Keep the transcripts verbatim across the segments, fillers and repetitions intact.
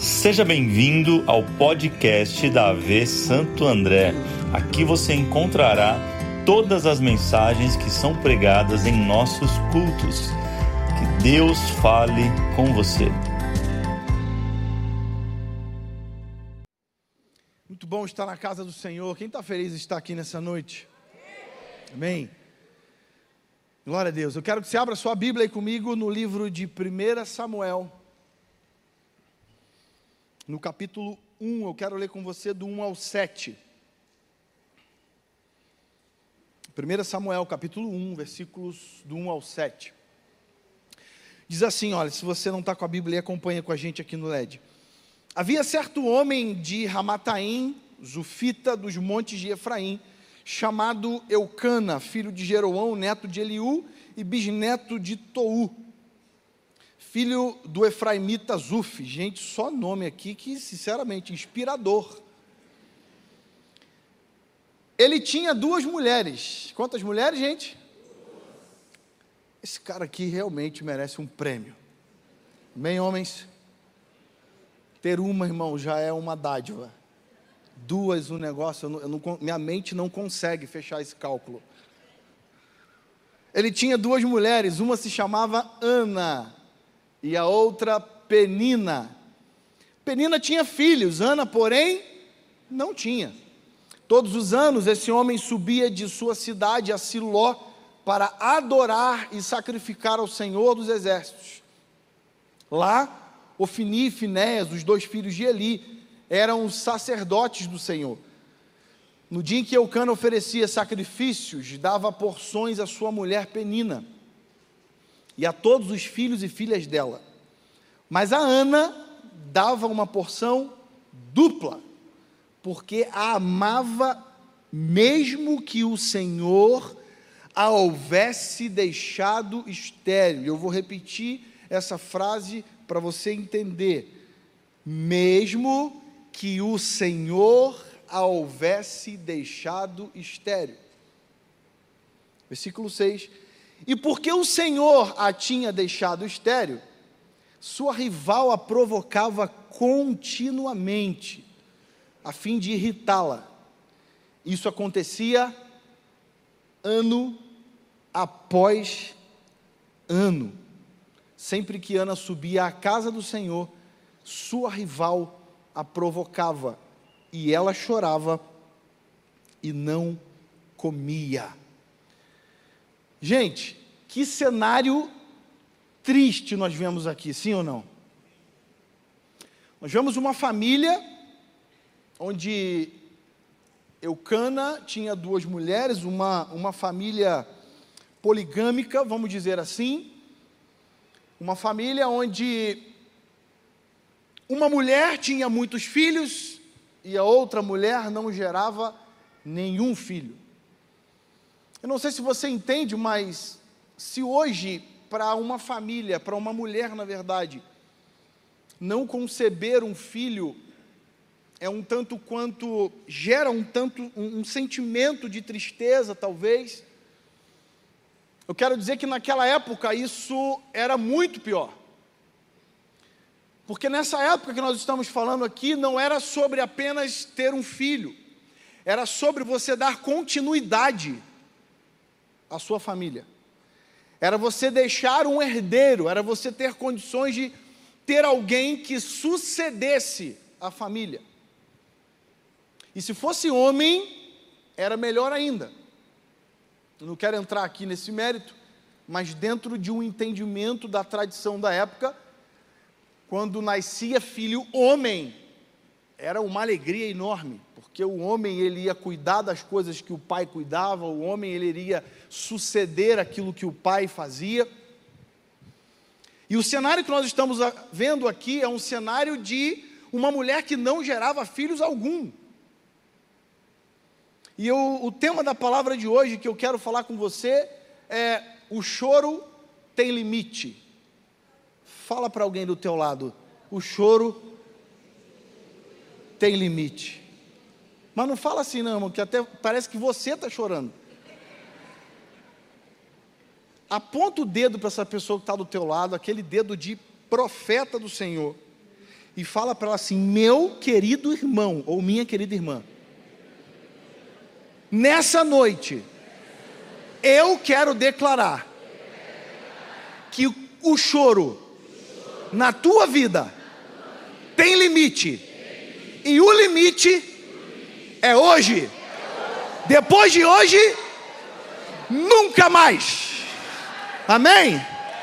Seja bem-vindo ao podcast da A V Santo André. Aqui você encontrará todas as mensagens que são pregadas em nossos cultos. Que Deus fale com você. Muito bom estar na casa do Senhor. Quem está feliz de estar aqui nessa noite? Amém. Glória a Deus. Eu quero que você abra sua Bíblia aí comigo no livro de primeiro Samuel. No capítulo um, eu quero ler com você do um ao sete. primeiro Samuel, capítulo um, versículos do um ao sete. Diz assim, olha, se você não está com a Bíblia, acompanha com a gente aqui no L E D. Havia certo homem de Ramataim, Zufita, dos montes de Efraim, chamado Eucana, filho de Jeroão, neto de Eliú e bisneto de Tou, filho do efraimita Zuf. Gente, só nome aqui que, sinceramente, inspirador. Ele tinha duas mulheres. Quantas mulheres, gente? Esse cara aqui realmente merece um prêmio. Amém, homens? Ter uma, irmão, já é uma dádiva. Duas, um negócio, eu não, eu não, minha mente não consegue fechar esse cálculo. Ele tinha duas mulheres, uma se chamava Ana e a outra Penina. Penina tinha filhos, Ana, porém, não tinha. Todos os anos esse homem subia de sua cidade a Siló para adorar e sacrificar ao Senhor dos Exércitos. Lá, Ofni e Finéias, os dois filhos de Eli, eram os sacerdotes do Senhor. No dia em que Eucana oferecia sacrifícios, dava porções à sua mulher Penina e a todos os filhos e filhas dela. Mas a Ana dava uma porção dupla, porque a amava, mesmo que o Senhor a houvesse deixado estéril. Eu vou repetir essa frase para você entender. Mesmo que o Senhor a houvesse deixado estéril. Versículo seis. E porque o Senhor a tinha deixado estéril, sua rival a provocava continuamente, a fim de irritá-la. Isso acontecia ano após ano. Sempre que Ana subia à casa do Senhor, sua rival a provocava, e ela chorava e não comia. Gente, que cenário triste nós vemos aqui, sim ou não? Nós vemos uma família onde Eucana tinha duas mulheres, uma, uma família poligâmica, vamos dizer assim, uma família onde uma mulher tinha muitos filhos e a outra mulher não gerava nenhum filho. Eu não sei se você entende, mas se hoje, para uma família, para uma mulher, na verdade, não conceber um filho, é um tanto quanto, gera um tanto, um, um sentimento de tristeza, talvez. Eu quero dizer que naquela época isso era muito pior. Porque nessa época que nós estamos falando aqui, não era sobre apenas ter um filho, era sobre você dar continuidade à sua família. Era você deixar um herdeiro, era você ter condições de ter alguém que sucedesse a família. E se fosse homem, era melhor ainda. Eu não quero entrar aqui nesse mérito, mas dentro de um entendimento da tradição da época, quando nascia filho homem, era uma alegria enorme, porque o homem ele ia cuidar das coisas que o pai cuidava, o homem ele iria suceder aquilo que o pai fazia. E o cenário que nós estamos vendo aqui é um cenário de uma mulher que não gerava filhos algum. E eu, o tema da palavra de hoje que eu quero falar com você é: o choro tem limite. Fala para alguém do teu lado: o choro tem limite. Mas não fala assim não, irmão, que até parece que você está chorando. Aponta o dedo para essa pessoa que está do teu lado, aquele dedo de profeta do Senhor, e fala para ela assim: meu querido irmão, ou minha querida irmã, nessa noite, eu quero declarar que o choro na tua vida tem limite, e o limite é hoje. Depois de hoje, nunca mais. Amém?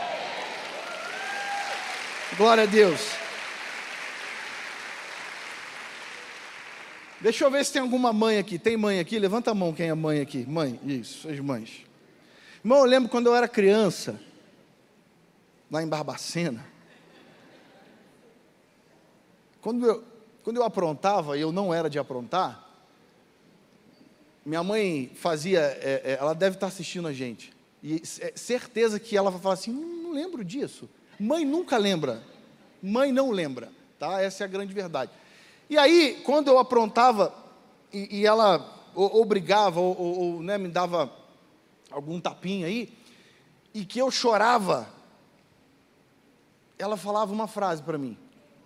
Glória a Deus. Deixa eu ver se tem alguma mãe aqui. Tem mãe aqui? Levanta a mão quem é mãe aqui. Mãe, isso, as mães. Irmão, eu lembro quando eu era criança, lá em Barbacena, quando eu, quando eu aprontava, e eu não era de aprontar, minha mãe fazia, é, é, ela deve estar assistindo a gente, e é, certeza que ela vai falar assim: não, não lembro disso. Mãe nunca lembra, mãe não lembra, tá? Essa é a grande verdade. E aí, quando eu aprontava, e, e ela ou, ou brigava, ou, ou, ou né, me dava algum tapinha aí, e que eu chorava, ela falava uma frase para mim.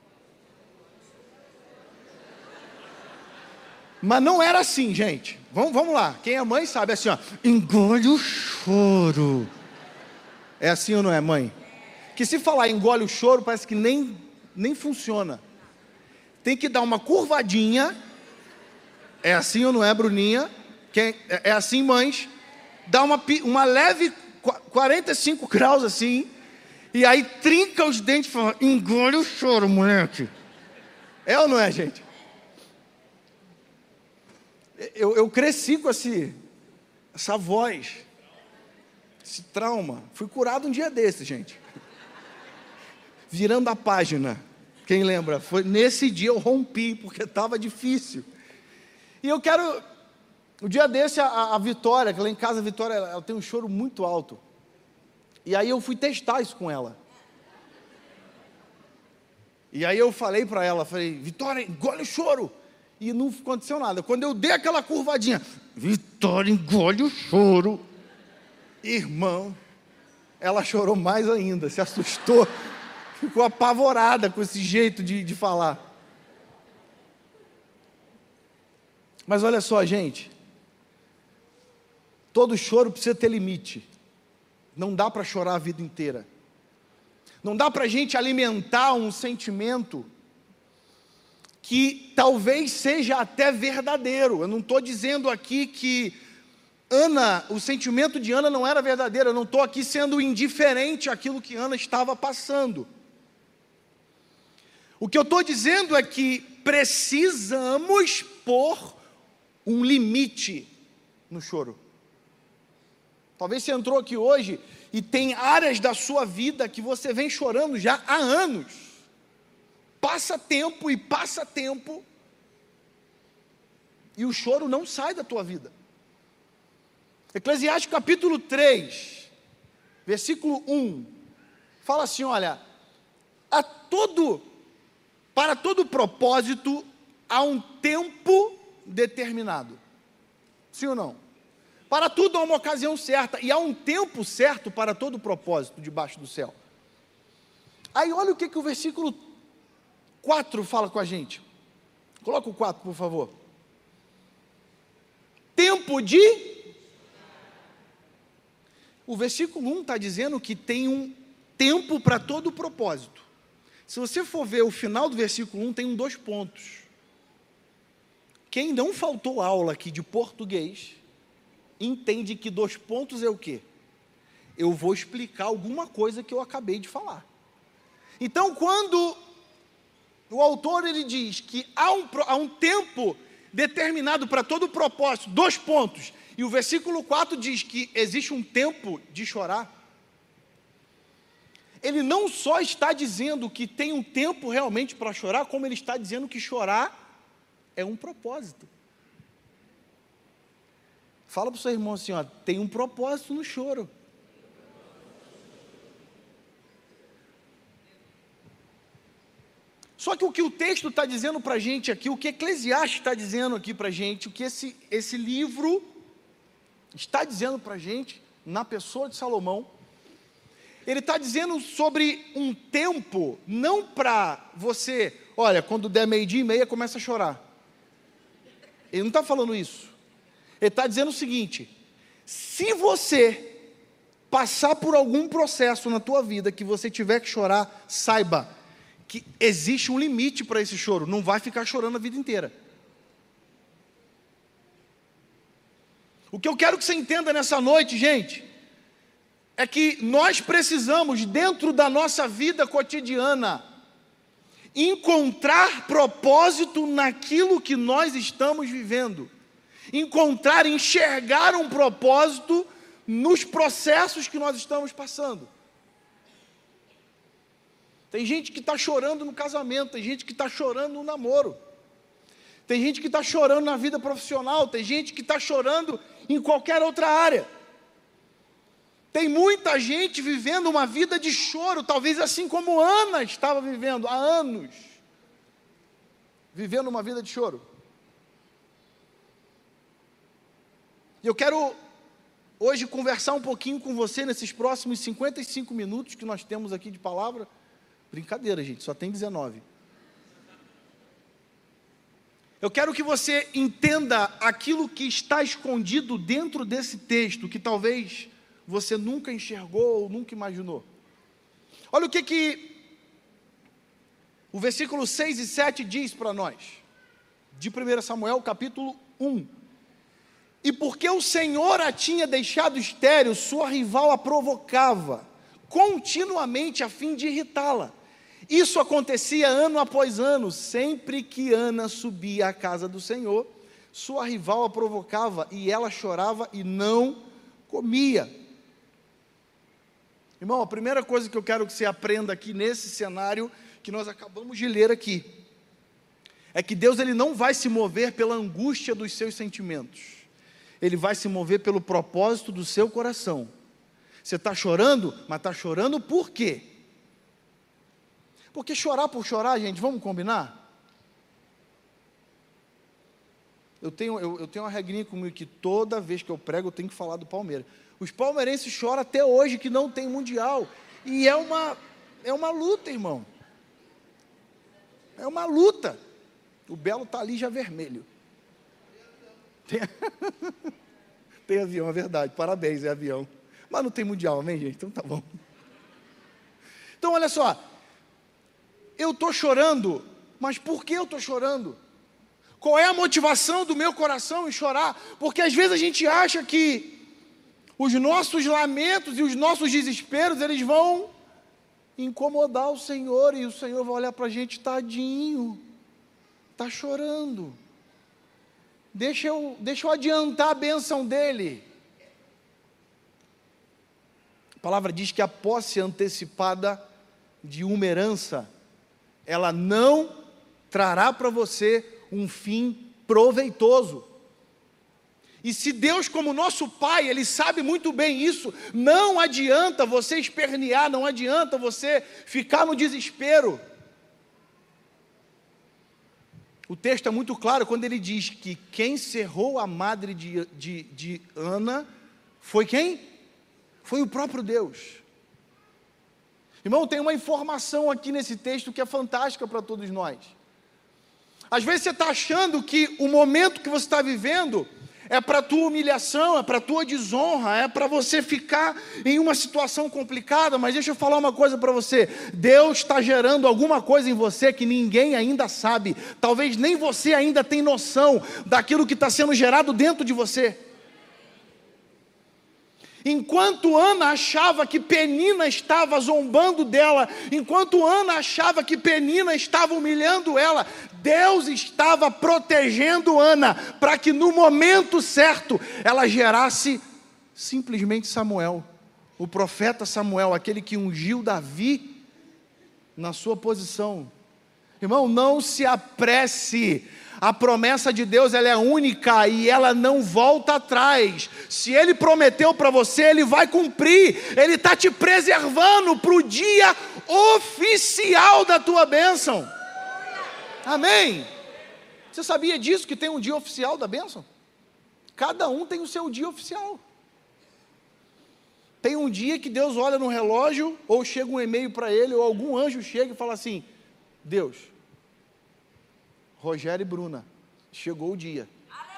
Mas não era assim, gente. Vamos, vamos lá. Quem é mãe sabe, é assim, ó. Engole o choro. É assim ou não é, mãe? Que se falar engole o choro, parece que nem, nem funciona. Tem que dar uma curvadinha. É assim ou não é, Bruninha? Quem, é, é assim, mães? Dá uma, uma leve quarenta e cinco graus assim. E aí trinca os dentes e fala: engole o choro, moleque. É ou não é, gente? Eu, eu cresci com esse, essa voz, esse trauma. Fui curado um dia desses, gente. Virando a página. Quem lembra? Foi nesse dia eu rompi, porque estava difícil. E eu quero... O dia desse, a, a Vitória, que lá em casa a Vitória, ela, ela tem um choro muito alto. E aí eu fui testar isso com ela. E aí eu falei para ela, falei: Vitória, engole o choro. E não aconteceu nada. Quando eu dei aquela curvadinha, Vitória, engole o choro. Irmão, ela chorou mais ainda, se assustou, ficou apavorada com esse jeito de, de falar. Mas olha só, gente, todo choro precisa ter limite. Não dá para chorar a vida inteira. Não dá para a gente alimentar um sentimento que talvez seja até verdadeiro. Eu não estou dizendo aqui que Ana, o sentimento de Ana não era verdadeiro. Eu não estou aqui sendo indiferente àquilo que Ana estava passando. O que eu estou dizendo é que precisamos pôr um limite no choro. Talvez você entrou aqui hoje e tem áreas da sua vida que você vem chorando já há anos. Passa tempo e passa tempo, e o choro não sai da tua vida. Eclesiastes capítulo três, versículo um, fala assim: olha, a todo, para todo propósito há um tempo determinado. Sim ou não? Para tudo há uma ocasião certa, e há um tempo certo para todo propósito debaixo do céu. Aí olha o que, que o versículo quatro fala com a gente. Coloca o quatro, por favor. Tempo de... O versículo um está dizendo que tem um tempo para todo propósito. Se você for ver o final do versículo um, tem um dois pontos. Quem não faltou aula aqui de português, entende que dois pontos é o quê? Eu vou explicar alguma coisa que eu acabei de falar. Então, quando o autor ele diz que há um, há um tempo determinado para todo propósito, dois pontos, e o versículo quatro diz que existe um tempo de chorar, ele não só está dizendo que tem um tempo realmente para chorar, como ele está dizendo que chorar é um propósito. Fala para o seu irmão assim, ó, tem um propósito no choro. Só que o que o texto está dizendo para a gente aqui, o que Eclesiastes está dizendo aqui para a gente, o que esse, esse livro está dizendo para a gente, na pessoa de Salomão, ele está dizendo sobre um tempo, não para você olha, quando der meio-dia e meia, começa a chorar. Ele não está falando isso. Ele está dizendo o seguinte: se você passar por algum processo na tua vida que você tiver que chorar, saiba que existe um limite para esse choro. Não vai ficar chorando a vida inteira. O que eu quero que você entenda nessa noite, gente, é que nós precisamos, dentro da nossa vida cotidiana, encontrar propósito naquilo que nós estamos vivendo. Encontrar, enxergar um propósito nos processos que nós estamos passando. Tem gente que está chorando no casamento, tem gente que está chorando no namoro, tem gente que está chorando na vida profissional, tem gente que está chorando em qualquer outra área. Tem muita gente vivendo uma vida de choro, talvez assim como Ana estava vivendo há anos, vivendo uma vida de choro. E eu quero hoje conversar um pouquinho com você nesses próximos cinquenta e cinco minutos que nós temos aqui de palavra. Brincadeira, gente, só tem dezenove. Eu quero que você entenda aquilo que está escondido dentro desse texto, que talvez você nunca enxergou ou nunca imaginou. Olha o que que o versículo seis e sete diz para nós, de primeiro Samuel, capítulo um. E porque o Senhor a tinha deixado estéril, sua rival a provocava continuamente a fim de irritá-la. Isso acontecia ano após ano, sempre que Ana subia à casa do Senhor, sua rival a provocava e ela chorava e não comia. Irmão, a primeira coisa que eu quero que você aprenda aqui nesse cenário que nós acabamos de ler aqui, é que Deus ele não vai se mover pela angústia dos seus sentimentos, Ele vai se mover pelo propósito do seu coração. Você está chorando, mas está chorando por quê? Porque chorar por chorar, gente, vamos combinar? Eu tenho, eu, eu tenho uma regrinha comigo que toda vez que eu prego eu tenho que falar do Palmeiras. Os palmeirenses choram até hoje que não tem mundial. E é uma, é uma luta, irmão. É uma luta. O Belo está ali já vermelho. Tem... tem avião, é verdade. Parabéns, é avião. Mas não tem mundial, amém, gente? Então tá bom. Então olha só. Eu estou chorando, mas por que eu estou chorando? Qual é a motivação do meu coração em chorar? Porque às vezes a gente acha que os nossos lamentos e os nossos desesperos, eles vão incomodar o Senhor, e o Senhor vai olhar para a gente, tadinho, está chorando, deixa eu, deixa eu adiantar a bênção dele. A palavra diz que a posse antecipada de uma herança, ela não trará para você um fim proveitoso. E se Deus, como nosso Pai, Ele sabe muito bem isso, não adianta você espernear, não adianta você ficar no desespero. O texto é muito claro quando ele diz que quem cerrou a madre de, de, de Ana foi quem? Foi o próprio Deus. Irmão, tem uma informação aqui nesse texto que é fantástica para todos nós. Às vezes você está achando que o momento que você está vivendo é para a tua humilhação, é para a tua desonra, é para você ficar em uma situação complicada, mas deixa eu falar uma coisa para você, Deus está gerando alguma coisa em você que ninguém ainda sabe, talvez nem você ainda tem noção daquilo que está sendo gerado dentro de você. Enquanto Ana achava que Penina estava zombando dela, enquanto Ana achava que Penina estava humilhando ela, Deus estava protegendo Ana, para que no momento certo, ela gerasse simplesmente Samuel, o profeta Samuel, aquele que ungiu Davi na sua posição. Irmão, não se apresse. A promessa de Deus, ela é única e ela não volta atrás. Se Ele prometeu para você, Ele vai cumprir. Ele está te preservando para o dia oficial da tua bênção. Amém? Você sabia disso, que tem um dia oficial da bênção? Cada um tem o seu dia oficial. Tem um dia que Deus olha no relógio, ou chega um e-mail para ele, ou algum anjo chega e fala assim, Deus, Rogério e Bruna, chegou o dia.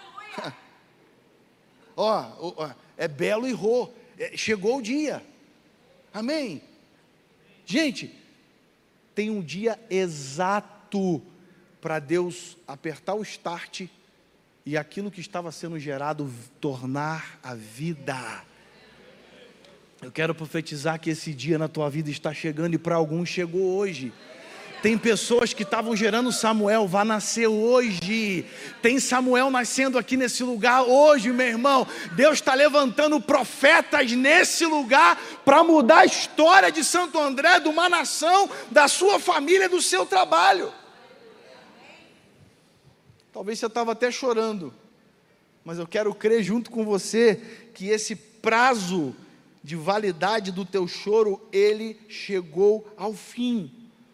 Ó, ó, é Belo e Rô, é, chegou o dia. Amém? Gente, tem um dia exato para Deus apertar o start e aquilo que estava sendo gerado tornar a vida. Eu quero profetizar que esse dia na tua vida está chegando, e para alguns chegou hoje. Tem pessoas que estavam gerando Samuel, vai nascer hoje. Tem Samuel nascendo aqui nesse lugar hoje, meu irmão. Deus está levantando profetas nesse lugar para mudar a história de Santo André, de uma nação, da sua família, do seu trabalho. Talvez você estava até chorando, mas eu quero crer junto com você que esse prazo de validade do teu choro, ele chegou ao fim.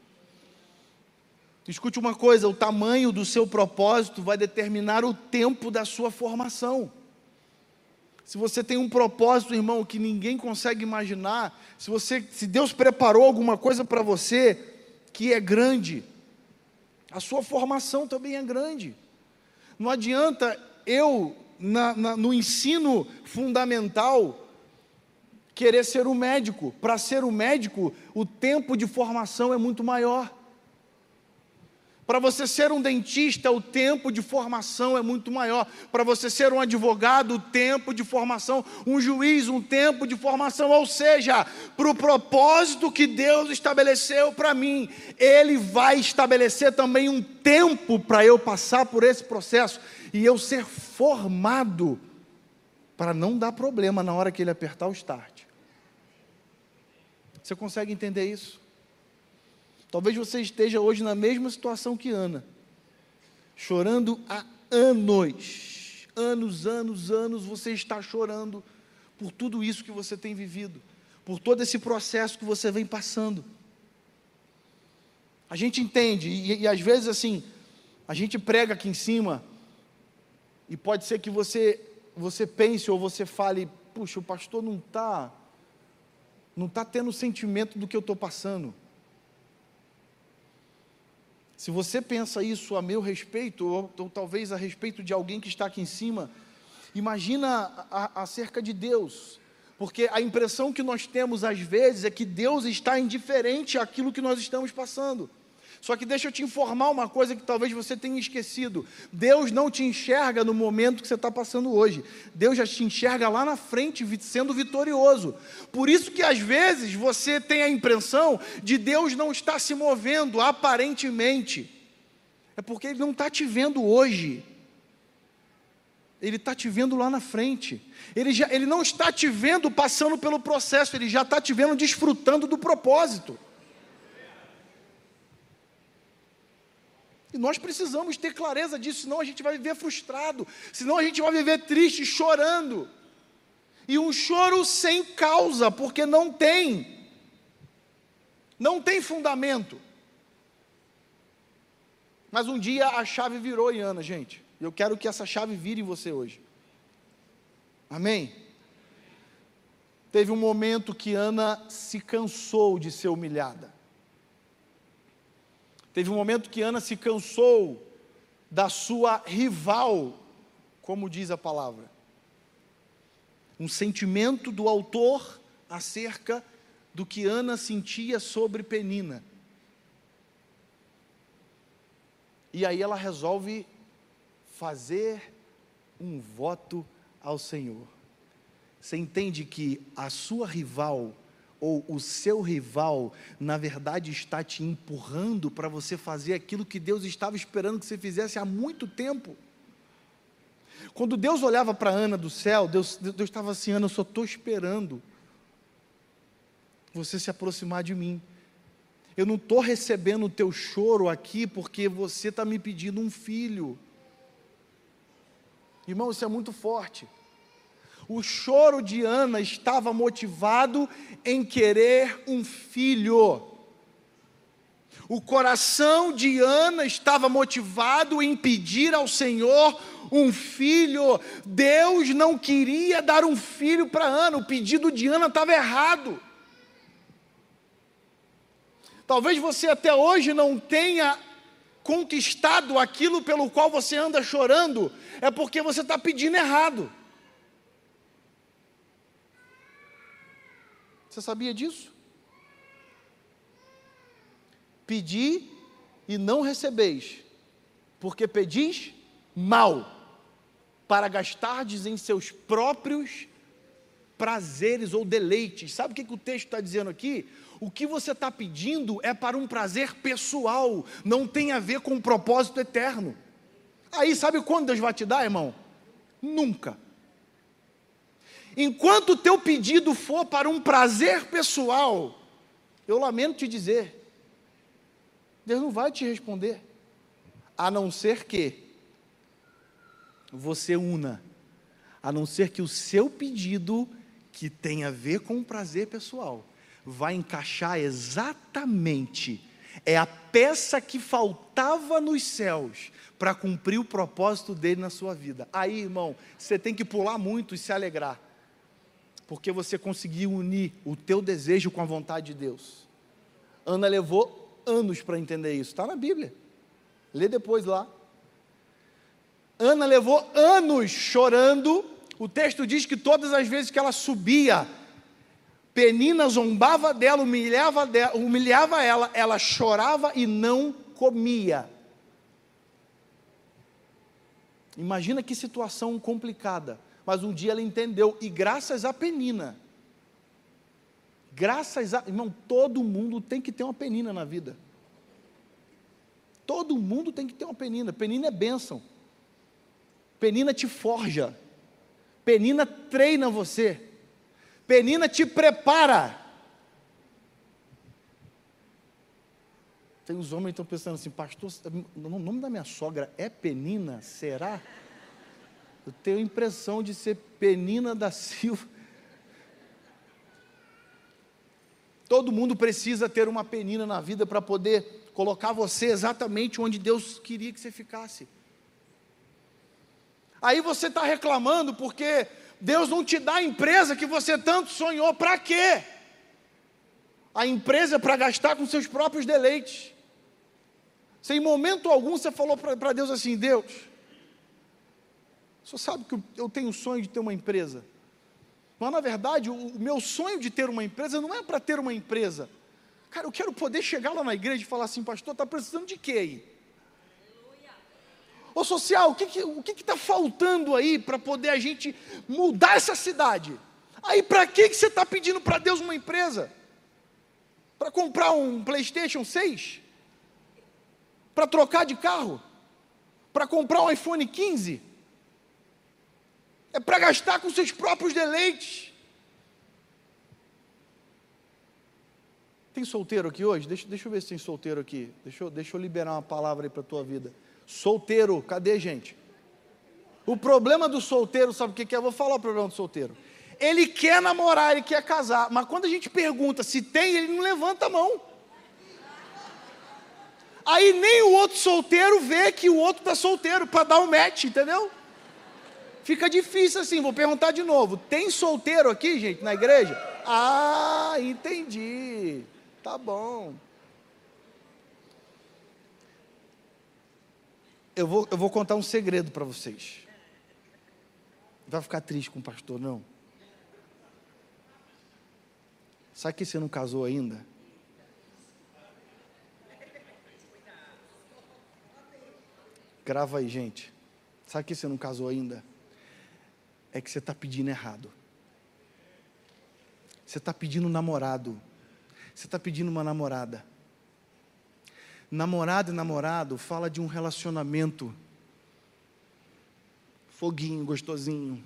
Escute uma coisa, o tamanho do seu propósito vai determinar o tempo da sua formação. Se você tem um propósito, irmão, que ninguém consegue imaginar, se, você, se Deus preparou alguma coisa para você que é grande, a sua formação também é grande. Não adianta eu, na, na, no ensino fundamental, querer ser um médico. Para ser um médico, o tempo de formação é muito maior. Para você ser um dentista, o tempo de formação é muito maior. Para você ser um advogado, o tempo de formação, um juiz, um tempo de formação. Ou seja, para o propósito que Deus estabeleceu para mim, Ele vai estabelecer também um tempo para eu passar por esse processo e eu ser formado para não dar problema na hora que Ele apertar o start. Você consegue entender isso? Talvez você esteja hoje na mesma situação que Ana, chorando há anos, anos, anos, anos, você está chorando por tudo isso que você tem vivido, por todo esse processo que você vem passando. A gente entende, e, e às vezes assim, a gente prega aqui em cima, e pode ser que você, você pense ou você fale, puxa, o pastor não está, não está tendo sentimento do que eu estou passando. Se você pensa isso a meu respeito, ou, ou talvez a respeito de alguém que está aqui em cima, imagina a, a, acerca de Deus, porque a impressão que nós temos às vezes é que Deus está indiferente àquilo que nós estamos passando. Só que deixa eu te informar uma coisa que talvez você tenha esquecido. Deus não te enxerga no momento que você está passando hoje. Deus já te enxerga lá na frente, sendo vitorioso. Por isso que às vezes você tem a impressão de Deus não estar se movendo aparentemente. É porque Ele não está te vendo hoje. Ele está te vendo lá na frente. Ele, já, ele não está te vendo passando pelo processo, Ele já está te vendo desfrutando do propósito. E nós precisamos ter clareza disso, senão a gente vai viver frustrado, senão a gente vai viver triste, chorando. E um choro sem causa, porque não tem, não tem fundamento. Mas um dia a chave virou em Ana, gente. Eu quero que essa chave vire em você hoje. Amém? Teve um momento que Ana se cansou de ser humilhada. Teve um momento que Ana se cansou da sua rival, como diz a palavra. Um sentimento do autor acerca do que Ana sentia sobre Penina. E aí ela resolve fazer um voto ao Senhor. Você entende que a sua rival, ou o seu rival, na verdade está te empurrando para você fazer aquilo que Deus estava esperando que você fizesse há muito tempo? Quando Deus olhava para Ana do céu, Deus, Deus estava assim, Ana, eu só estou esperando você se aproximar de mim. Eu não estou recebendo o teu choro aqui porque você está me pedindo um filho. Irmão, isso é muito forte. O choro de Ana estava motivado em querer um filho. O coração de Ana estava motivado em pedir ao Senhor um filho. Deus não queria dar um filho para Ana, o pedido de Ana estava errado. Talvez você até hoje não tenha conquistado aquilo pelo qual você anda chorando, é porque você está pedindo errado. Você sabia disso? Pedi e não recebeis, porque pedis mal, para gastardes em seus próprios prazeres ou deleites. Sabe o que, que o texto está dizendo aqui? O que você está pedindo é para um prazer pessoal, não tem a ver com um propósito eterno. Aí sabe quando Deus vai te dar, irmão? Nunca. Enquanto o teu pedido for para um prazer pessoal, eu lamento te dizer, Deus não vai te responder, a não ser que você una, a não ser que o seu pedido, que tem a ver com um prazer pessoal, vai encaixar exatamente, é a peça que faltava nos céus, para cumprir o propósito dele na sua vida. Aí, irmão, você tem que pular muito e se alegrar, porque você conseguiu unir o teu desejo com a vontade de Deus. Ana levou anos para entender isso, está na Bíblia, lê depois lá. Ana levou anos chorando, o texto diz que todas as vezes que ela subia, Penina zombava dela, humilhava, dela, humilhava ela, ela chorava e não comia. Imagina que situação complicada, mas um dia ela entendeu, e graças a Penina, graças a, irmão, todo mundo tem que ter uma Penina na vida, todo mundo tem que ter uma Penina, Penina é bênção, Penina te forja, Penina treina você, Penina te prepara. Tem uns homens que estão pensando assim, pastor, o nome da minha sogra é Penina? Será? Eu tenho a impressão de ser Penina da Silva. Todo mundo precisa ter uma Penina na vida para poder colocar você exatamente onde Deus queria que você ficasse. Aí você está reclamando porque Deus não te dá a empresa que você tanto sonhou. Para quê? A empresa é para gastar com seus próprios deleites. Sem momento algum você falou para Deus assim, Deus, o senhor sabe que eu tenho o sonho de ter uma empresa, mas na verdade o, o meu sonho de ter uma empresa não é para ter uma empresa, cara, eu quero poder chegar lá na igreja e falar assim, pastor, está precisando de quê aí? Ô social, o que que o que que está faltando aí para poder a gente mudar essa cidade? Aí para que que você está pedindo para Deus uma empresa? Para comprar um PlayStation seis? Para trocar de carro? Para comprar um iPhone quinze? É para gastar com seus próprios deleites. Tem solteiro aqui hoje? Deixa, deixa eu ver se tem solteiro aqui. Deixa eu, deixa eu liberar uma palavra aí para a tua vida. Solteiro, cadê, gente? O problema do solteiro, sabe o que é? Eu vou falar o problema do solteiro. Ele quer namorar, ele quer casar, mas quando a gente pergunta se tem, ele não levanta a mão. Aí nem o outro solteiro vê que o outro está solteiro, para dar o match, entendeu? Fica difícil assim, vou perguntar de novo. Tem solteiro aqui, gente, na igreja? Ah, entendi, tá bom. Eu vou, eu vou contar um segredo para vocês. Não vai ficar triste com o pastor, não. Sabe que você não casou ainda? Grava aí, gente. Sabe que você não casou ainda? É que você está pedindo errado. Você está pedindo um namorado. Você está pedindo uma namorada. Namorado e namorado fala de um relacionamento. Foguinho, gostosinho.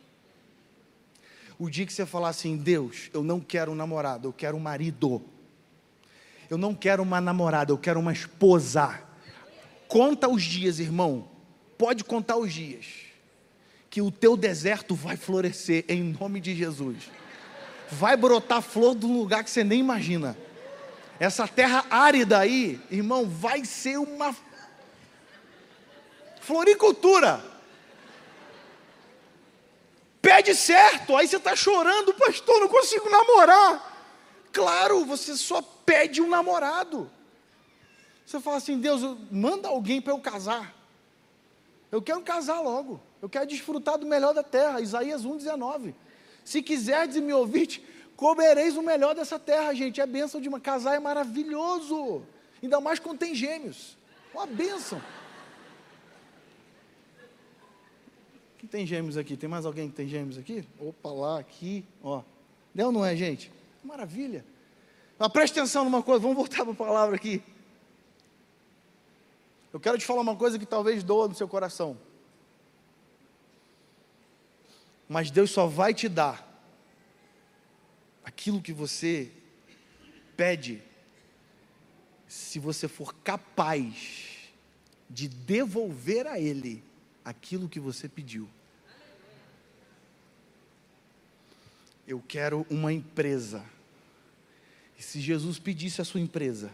O dia que você falar assim, Deus, eu não quero um namorado, eu quero um marido. Eu não quero uma namorada, eu quero uma esposa. Conta os dias, irmão. Pode contar os dias. Que o teu deserto vai florescer em nome de Jesus. Vai brotar flor de um lugar que você nem imagina. Essa terra árida aí, irmão, vai ser uma floricultura. Pede certo, aí você está chorando, pastor, não consigo namorar. Claro, você só pede um namorado. Você fala assim, Deus, manda alguém para eu casar. Eu quero casar logo. Eu quero desfrutar do melhor da terra. Isaías um, dezenove. Se quiserdes e me ouvires, comereis o melhor dessa terra, gente. É bênção de uma casar, é maravilhoso. Ainda mais quando tem gêmeos. Uma bênção. Quem tem gêmeos aqui? Tem mais alguém que tem gêmeos aqui? Opa, lá, aqui, ó. Não, não é, gente? Maravilha. Mas preste atenção numa coisa, vamos voltar para a palavra aqui. Eu quero te falar uma coisa que talvez doa no seu coração. Mas Deus só vai te dar aquilo que você pede se você for capaz de devolver a Ele aquilo que você pediu. Eu quero uma empresa. E se Jesus pedisse a sua empresa,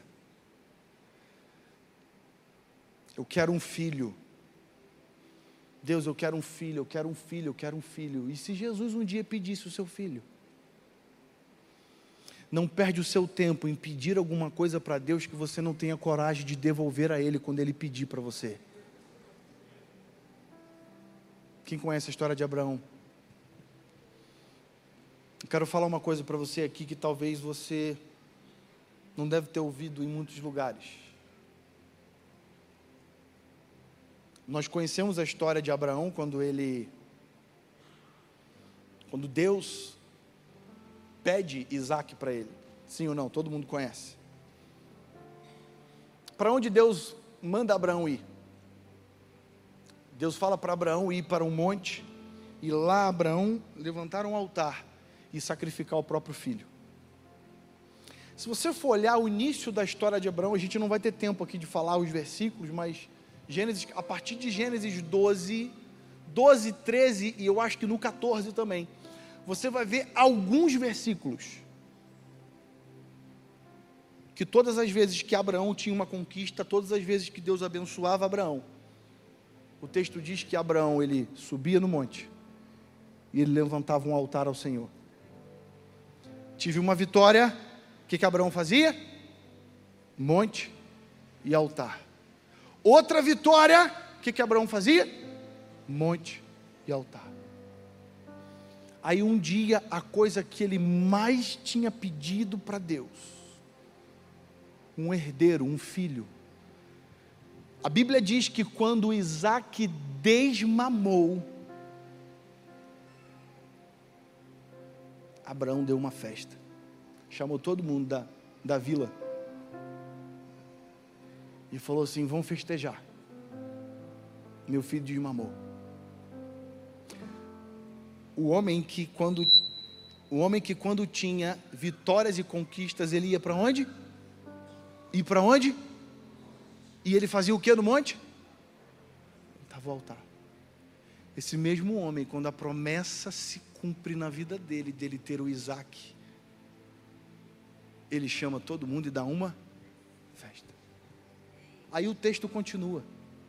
eu quero um filho. Deus, eu quero um filho, eu quero um filho, eu quero um filho. E se Jesus um dia pedisse o seu filho? Não perde o seu tempo em pedir alguma coisa para Deus que você não tenha coragem de devolver a Ele quando Ele pedir para você. Quem conhece a história de Abraão? Eu quero falar uma coisa para você aqui que talvez você não deve ter ouvido em muitos lugares. Nós conhecemos a história de Abraão quando ele, quando Deus pede Isaac para ele. Sim ou não? Todo mundo conhece. Para onde Deus manda Abraão ir? Deus fala para Abraão ir para um monte, e lá Abraão levantar um altar e sacrificar o próprio filho. Se você for olhar o início da história de Abraão, a gente não vai ter tempo aqui de falar os versículos, mas Gênesis, a partir de Gênesis doze, doze, treze e eu acho que no catorze também, você vai ver alguns versículos que todas as vezes que Abraão tinha uma conquista, todas as vezes que Deus abençoava Abraão, o texto diz que Abraão, ele subia no monte e ele levantava um altar ao Senhor. Tive uma vitória, o que que Abraão fazia? Monte e altar. Outra vitória, o que que Abraão fazia? Monte e altar. Aí um dia, a coisa que ele mais tinha pedido para Deus, um herdeiro, um filho. A Bíblia diz que quando Isaac desmamou, Abraão deu uma festa, chamou todo mundo da, da vila, e falou assim, vamos festejar, meu filho desmamou. O homem que quando, o homem que quando tinha vitórias e conquistas, ele ia para onde? E para onde? E ele fazia o que no monte? Estava ao altar. Esse mesmo homem, quando a promessa se cumpre na vida dele, dele ter o Isaac, ele chama todo mundo e dá uma festa. Aí o texto continua.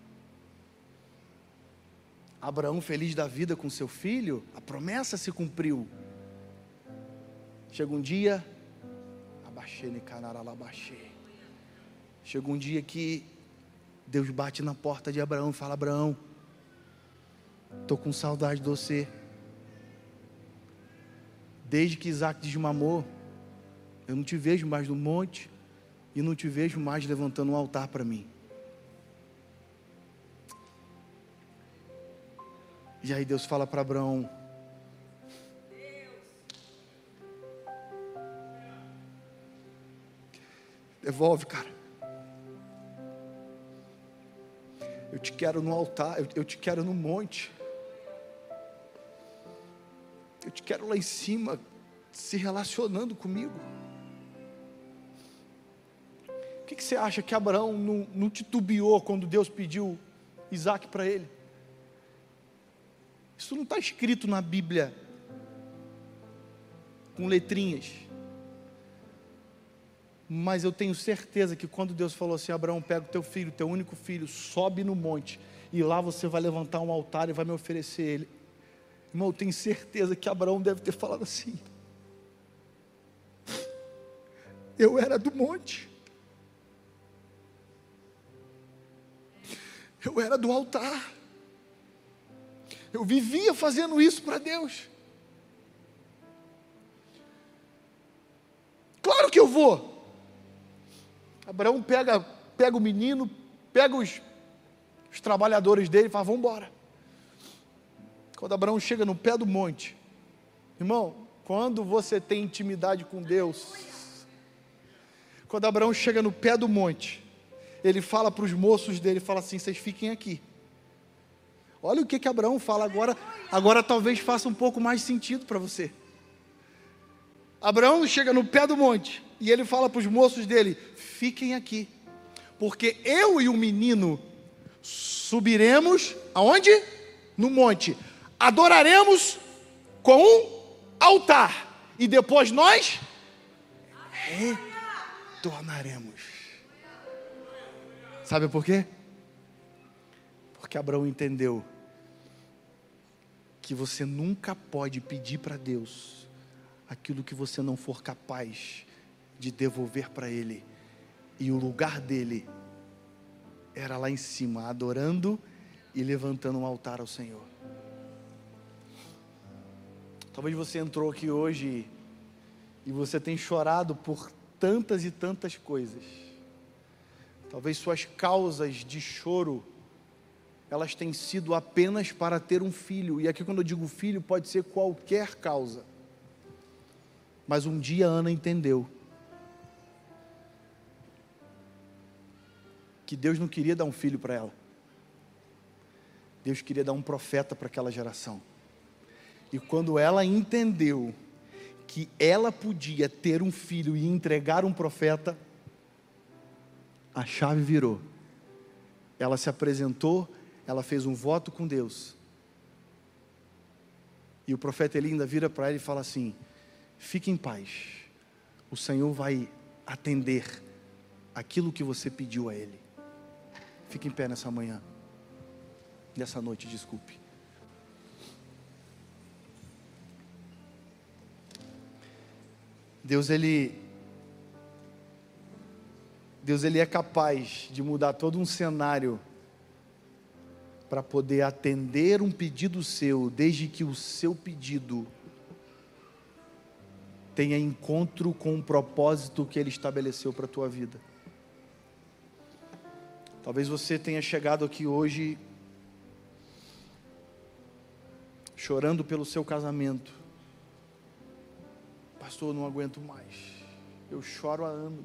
Abraão feliz da vida com seu filho, a promessa se cumpriu. Chega um dia, abaixei, abaixei. Chega um dia que Deus bate na porta de Abraão e fala, Abraão, estou com saudade de você. Desde que Isaac desmamou, eu não te vejo mais no monte e não te vejo mais levantando um altar para mim. E aí Deus fala para Abraão, devolve, cara. Eu te quero no altar, eu, eu te quero no monte. Eu te quero lá em cima, se relacionando comigo. O que, que você acha que Abraão não, não titubeou quando Deus pediu Isaac para ele? Isso não está escrito na Bíblia com letrinhas. Mas eu tenho certeza que quando Deus falou assim, Abraão, pega o teu filho, teu único filho, sobe no monte, e lá você vai levantar um altar e vai me oferecer ele. Irmão, eu tenho certeza que Abraão deve ter falado assim, eu era do monte, Eu era do altar. Eu vivia fazendo isso para Deus. Claro que eu vou. Abraão pega, pega o menino, pega os, os trabalhadores dele e fala, vamos embora. Quando Abraão chega no pé do monte, irmão, quando você tem intimidade com Deus, quando Abraão chega no pé do monte, ele fala para os moços dele, fala assim, vocês fiquem aqui. Olha o que que Abraão fala agora, agora talvez faça um pouco mais sentido para você. Abraão chega no pé do monte, e ele fala para os moços dele, fiquem aqui, porque eu e o menino subiremos, aonde? No monte, adoraremos com um altar, e depois nós retornaremos. Sabe por quê? Porque Abraão entendeu que você nunca pode pedir para Deus aquilo que você não for capaz de devolver para Ele, e o lugar dele era lá em cima, adorando e levantando um altar ao Senhor. Talvez você entrou aqui hoje e você tem chorado por tantas e tantas coisas. Talvez suas causas de choro, elas têm sido apenas para ter um filho. E aqui quando eu digo filho, pode ser qualquer causa. Mas um dia a Ana entendeu que Deus não queria dar um filho para ela. Deus queria dar um profeta para aquela geração. E quando ela entendeu que ela podia ter um filho e entregar um profeta, a chave virou. Ela se apresentou, ela fez um voto com Deus. E o profeta Eli ainda vira para ela e fala assim, fique em paz, o Senhor vai atender aquilo que você pediu a Ele. Fique em pé nessa manhã, nessa noite, desculpe. Deus, Ele, Deus, Ele é capaz de mudar todo um cenário para poder atender um pedido seu, desde que o seu pedido tenha encontro com o propósito que Ele estabeleceu para a tua vida. Talvez você tenha chegado aqui hoje chorando pelo seu casamento. Pastor, eu não aguento mais, eu choro há anos.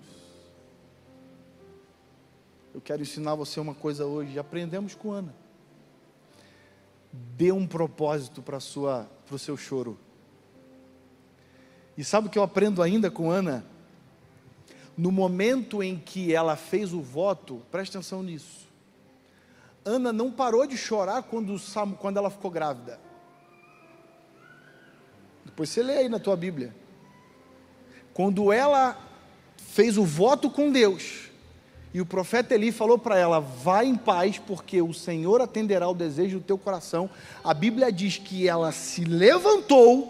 Eu quero ensinar você uma coisa hoje, aprendemos com Ana. Dê um propósito para sua, para o seu choro. E sabe o que eu aprendo ainda com Ana? No momento em que ela fez o voto, presta atenção nisso. Ana não parou de chorar quando, quando ela ficou grávida. Depois você lê aí na tua Bíblia. Quando ela fez o voto com Deus, e o profeta Eli falou para ela, vá em paz, porque o Senhor atenderá o desejo do teu coração. A Bíblia diz que ela se levantou,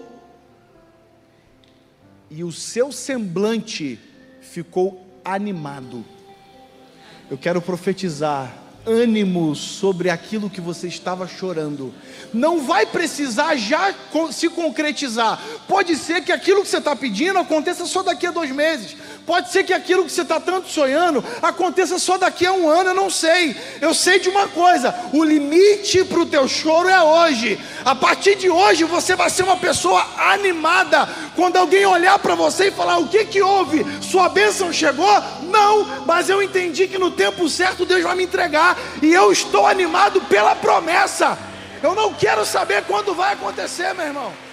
e o seu semblante ficou animado. Eu quero profetizar ânimo sobre aquilo que você estava chorando. Não vai precisar já se concretizar. Pode ser que aquilo que você está pedindo aconteça só daqui a dois meses. Pode ser que aquilo que você está tanto sonhando aconteça só daqui a um ano, eu não sei. Eu sei de uma coisa, o limite para o teu choro é hoje. A partir de hoje você vai ser uma pessoa animada. Quando alguém olhar para você e falar, o que que houve? Sua bênção chegou? Não, mas eu entendi que no tempo certo Deus vai me entregar. E eu estou animado pela promessa. Eu não quero saber quando vai acontecer, meu irmão.